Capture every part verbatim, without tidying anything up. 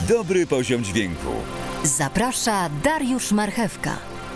Dobry poziom dźwięku. Zaprasza Dariusz Marchewka.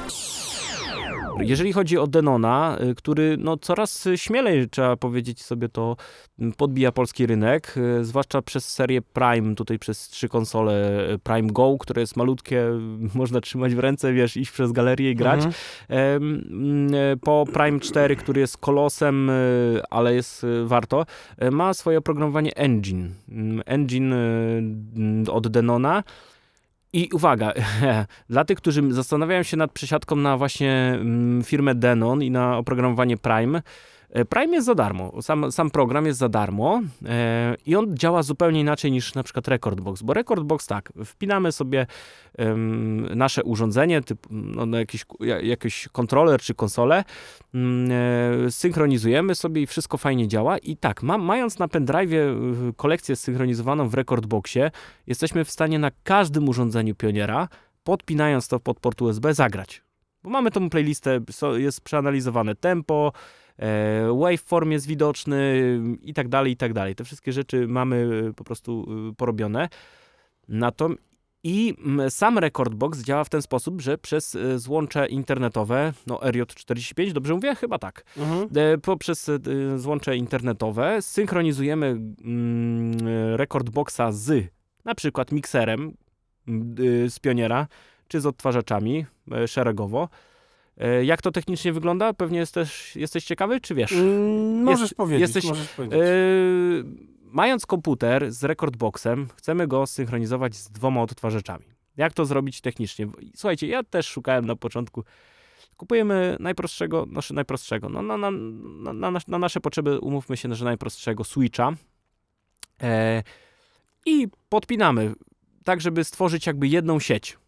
Jeżeli chodzi o Denona, który no, coraz śmielej, trzeba powiedzieć sobie to, podbija polski rynek, zwłaszcza przez serię Prime, tutaj przez trzy konsole Prime Go, które jest malutkie, można trzymać w ręce, wiesz, iść przez galerię i grać. Mhm. Po Prime cztery, który jest kolosem, ale jest warto, ma swoje oprogramowanie Engine. Engine od Denona. I uwaga, dla tych, którzy zastanawiają się nad przesiadką na właśnie firmę Denon i na oprogramowanie Prime, Prime jest za darmo, sam, sam program jest za darmo e, i on działa zupełnie inaczej niż na przykład Rekordbox, bo Rekordbox tak, wpinamy sobie um, nasze urządzenie, typ, no, no, jakiś, jakiś kontroler czy konsolę, um, e, synchronizujemy sobie i wszystko fajnie działa i tak, ma, mając na pendrive'ie kolekcję zsynchronizowaną w Rekordboxie, jesteśmy w stanie na każdym urządzeniu Pioniera, podpinając to pod port U S B, zagrać. Bo mamy tą playlistę, jest przeanalizowane tempo, waveform jest widoczny i tak dalej, i tak dalej. Te wszystkie rzeczy mamy po prostu porobione. Natomiast i sam Rekordbox działa w ten sposób, że przez złącze internetowe, no R J czterdzieści pięć, dobrze mówię? Chyba tak. Mhm. Poprzez złącze internetowe synchronizujemy Rekordboxa z na przykład mikserem z Pioniera, czy z odtwarzaczami szeregowo. Jak to technicznie wygląda? Pewnie jesteś, jesteś ciekawy, czy wiesz? Mm, możesz, Jest, powiedzieć, jesteś, możesz powiedzieć. Yy, mając komputer z Rekordboxem, chcemy go synchronizować z dwoma odtwarzaczami. Jak to zrobić technicznie? Słuchajcie, ja też szukałem na początku. Kupujemy najprostszego, znaczy najprostszego, no, na, na, na, na, na nasze potrzeby umówmy się, że najprostszego Switcha e, i podpinamy tak, żeby stworzyć jakby jedną sieć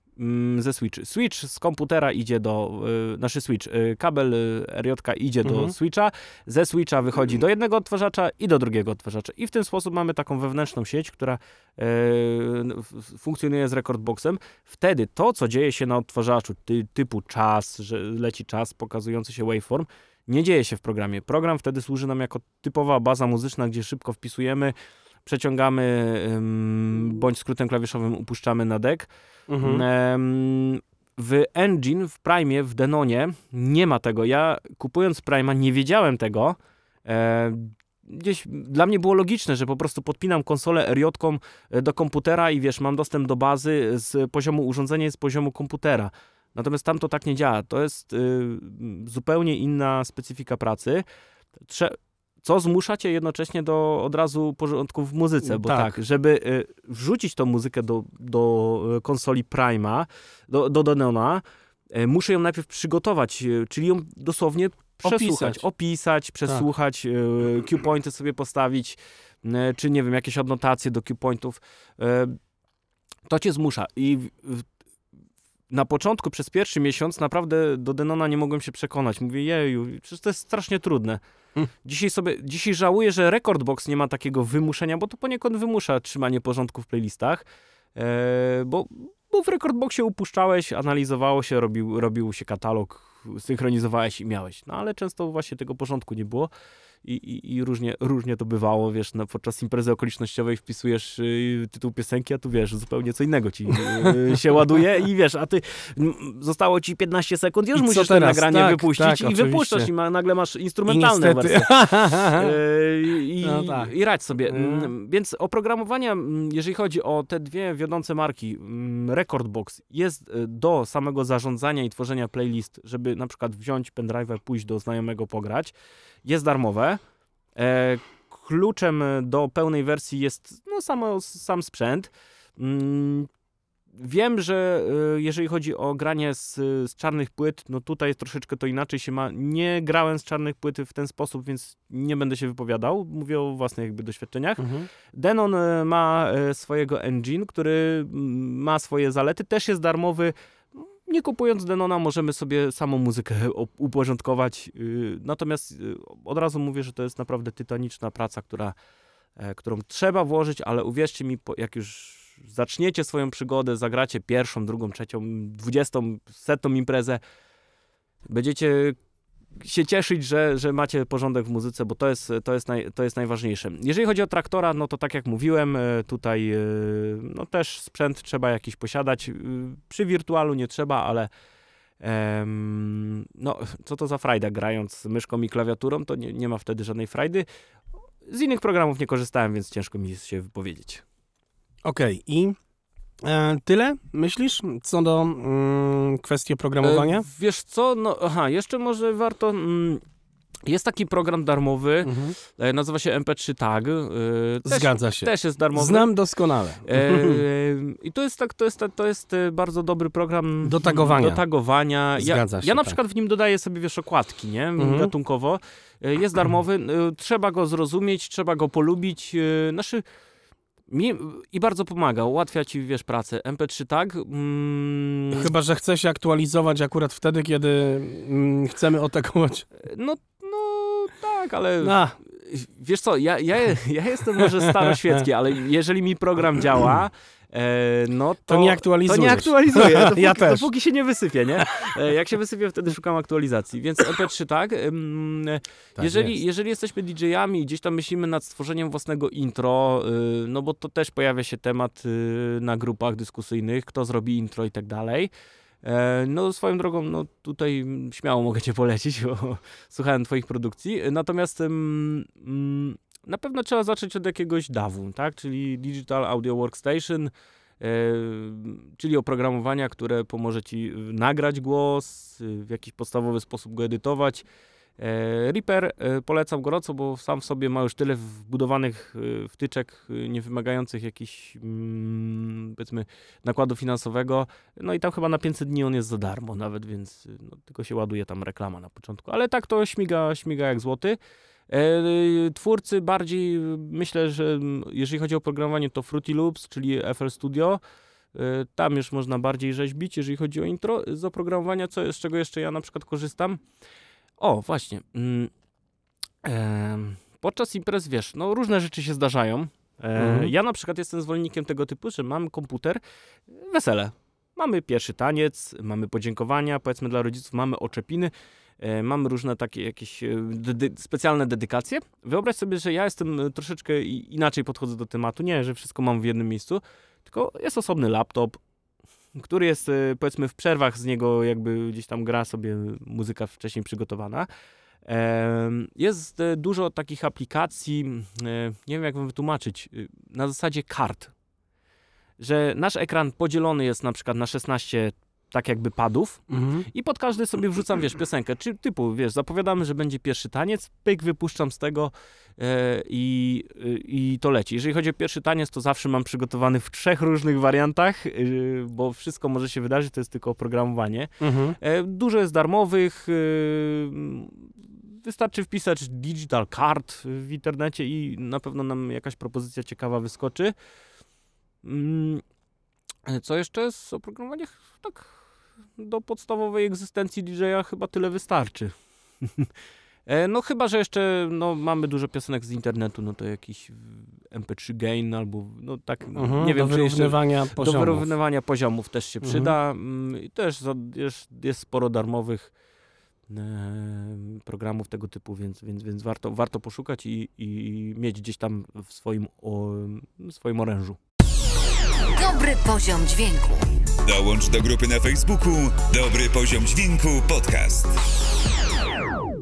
ze Switch. Switch z komputera idzie do, yy, naszy Switch, yy, kabel yy, R J idzie mhm. do Switcha, ze Switcha wychodzi do jednego odtwarzacza i do drugiego odtwarzacza. I w ten sposób mamy taką wewnętrzną sieć, która yy, funkcjonuje z Rekordboxem. Wtedy to, co dzieje się na odtwarzaczu, ty, typu czas, że leci czas pokazujący się waveform, nie dzieje się w programie. Program wtedy służy nam jako typowa baza muzyczna, gdzie szybko wpisujemy, przeciągamy, ym, bądź skrótem klawiszowym upuszczamy na deck. Mhm. Ym, w Engine, w Prime, w Denonie nie ma tego. Ja kupując Prime'a nie wiedziałem tego. E, gdzieś dla mnie było logiczne, że po prostu podpinam konsolę R J do komputera i wiesz, mam dostęp do bazy z poziomu urządzenia i z poziomu komputera. Natomiast tam to tak nie działa. To jest y, zupełnie inna specyfika pracy. Trze- Co zmusza cię jednocześnie do od razu porządku w muzyce, bo tak, tak żeby y, wrzucić tą muzykę do, do konsoli Prime'a, do, do Denona, y, muszę ją najpierw przygotować, y, czyli ją dosłownie przesłuchać, opisać, opisać przesłuchać, tak. y, cue pointy sobie postawić, y, czy nie wiem, jakieś adnotacje do cue pointów. Y, to cię zmusza i w, na początku, przez pierwszy miesiąc naprawdę do Denona nie mogłem się przekonać. Mówię, jeju, przecież to jest strasznie trudne. Hmm. Dzisiaj sobie, dzisiaj żałuję, że Rekordbox nie ma takiego wymuszenia, bo to poniekąd wymusza trzymanie porządku w playlistach, e, bo, bo w Rekordboxie upuszczałeś, analizowało się, robił, robił się katalog, synchronizowałeś i miałeś. No ale często właśnie tego porządku nie było. I, i, i różnie, różnie to bywało, wiesz, no, podczas imprezy okolicznościowej wpisujesz y, tytuł piosenki, a tu wiesz, zupełnie co innego ci y, się ładuje i wiesz, a ty m, zostało ci piętnaście sekund, już I musisz to nagranie tak, wypuścić tak, i oczywiście. wypuszczasz i ma, nagle masz instrumentalną wersję. y, i, no tak. I radź sobie. Mm. Więc oprogramowania, jeżeli chodzi o te dwie wiodące marki, Rekordbox jest do samego zarządzania i tworzenia playlist, żeby na przykład wziąć pendrive'a, pójść do znajomego pograć, jest darmowe. E, kluczem do pełnej wersji jest no, samo, sam sprzęt. Mm, wiem, że e, jeżeli chodzi o granie z, z czarnych płyt, no tutaj troszeczkę to inaczej się ma. Nie grałem z czarnych płyt w ten sposób, więc nie będę się wypowiadał. Mówię o własnych jakby doświadczeniach. Mhm. Denon ma e, swojego engine, który ma swoje zalety. Też jest darmowy. Nie kupując Denona możemy sobie samą muzykę uporządkować, natomiast od razu mówię, że to jest naprawdę tytaniczna praca, która, którą trzeba włożyć, ale uwierzcie mi, jak już zaczniecie swoją przygodę, zagracie pierwszą, drugą, trzecią, dwudziestą, setną imprezę, będziecie się cieszyć, że, że macie porządek w muzyce, bo to jest, to, jest naj, to jest najważniejsze. Jeżeli chodzi o Traktora, no to tak jak mówiłem, tutaj no też sprzęt trzeba jakiś posiadać. Przy Virtualu nie trzeba, ale em, no, co to za frajda grając z myszką i klawiaturą, to nie, nie ma wtedy żadnej frajdy. Z innych programów nie korzystałem, więc ciężko mi jest się wypowiedzieć. Okej, okay. i e, tyle myślisz co do mm, kwestii oprogramowania? E, wiesz co, no aha, jeszcze może warto... Mm, jest taki program darmowy, mhm. e, nazywa się M P trzy Tag. E, też, Zgadza się. Też jest darmowy. Znam doskonale. E, I to jest tak, to jest, to jest bardzo dobry program do tagowania. Do tagowania. Zgadza ja, się, ja na tak. przykład w nim dodaję sobie, wiesz, okładki, nie? Mhm. Gatunkowo. E, jest darmowy. E, trzeba go zrozumieć, trzeba go polubić. E, naszy... Mi, I bardzo pomaga, ułatwia ci, wiesz, pracę. M P trzy Tag... Mm, Chyba że chce się aktualizować akurat wtedy, kiedy mm, chcemy otagować. No, no tak, ale... A. Wiesz co, ja, ja, ja jestem może staroświecki, ale jeżeli mi program działa, e, no to... To nie aktualizujesz. To nie aktualizuję, dopóki, ja też. dopóki się nie wysypie, nie? E, jak się wysypie, wtedy szukam aktualizacji. Więc M P trzy Tag. Ym, tak jeżeli, jest. jeżeli jesteśmy D J-ami i gdzieś tam myślimy nad stworzeniem własnego intro, y, no bo to też pojawia się temat y, na grupach dyskusyjnych, kto zrobi intro i tak dalej. No swoją drogą, no tutaj śmiało mogę cię polecić, bo słuchałem twoich produkcji, natomiast mm, na pewno trzeba zacząć od jakiegoś dawu, tak, czyli Digital Audio Workstation, e, czyli oprogramowania, które pomoże ci nagrać głos, w jakiś podstawowy sposób go edytować. E, Reaper e, polecam gorąco, bo sam w sobie ma już tyle wbudowanych e, wtyczek, e, nie wymagających jakichś mm, powiedzmy nakładu finansowego. No i tam chyba na pięćset dni on jest za darmo nawet, więc no, tylko się ładuje tam reklama na początku. Ale tak to śmiga, śmiga jak złoty. E, twórcy bardziej, myślę, że jeżeli chodzi o programowanie, to Fruity Loops, czyli F L Studio. E, tam już można bardziej rzeźbić, jeżeli chodzi o intro z oprogramowania, co, z czego jeszcze ja na przykład korzystam. O, właśnie. Mm, e, podczas imprez, wiesz, no różne rzeczy się zdarzają. E, mhm. Ja na przykład jestem zwolennikiem tego typu, że mam komputer, wesele. Mamy pierwszy taniec, mamy podziękowania, powiedzmy dla rodziców, mamy oczepiny, e, mamy różne takie jakieś dedy- specjalne dedykacje. Wyobraź sobie, że ja jestem troszeczkę inaczej podchodzę do tematu. Nie, że wszystko mam w jednym miejscu, tylko jest osobny laptop, który jest, powiedzmy, w przerwach z niego jakby gdzieś tam gra sobie muzyka wcześniej przygotowana. Jest dużo takich aplikacji, nie wiem jak wam wytłumaczyć, na zasadzie kart, że nasz ekran podzielony jest na przykład na szesnaście tak jakby padów mhm. i pod każdy sobie wrzucam, wiesz, piosenkę, czy typu, wiesz, zapowiadamy, że będzie pierwszy taniec, pyk, wypuszczam z tego e, i, i to leci. Jeżeli chodzi o pierwszy taniec, to zawsze mam przygotowany w trzech różnych wariantach, e, bo wszystko może się wydarzyć, to jest tylko oprogramowanie. Mhm. E, dużo jest darmowych, e, wystarczy wpisać Digital Card w internecie i na pewno nam jakaś propozycja ciekawa wyskoczy. Mm, co jeszcze z oprogramowania? Tak, do podstawowej egzystencji D J a chyba tyle wystarczy. No chyba, że jeszcze no, mamy dużo piosenek z internetu, no to jakiś M P trzy Gain albo no tak, mhm, nie wiem, do wyrównywania poziomów. Do wyrównywania poziomów też się mhm. przyda. I też jest, jest sporo darmowych e, programów tego typu, więc, więc, więc warto, warto poszukać i, i mieć gdzieś tam w swoim, o, w swoim orężu. Dobry poziom dźwięku. Dołącz do grupy na Facebooku Dobry Poziom Dźwięku Podcast.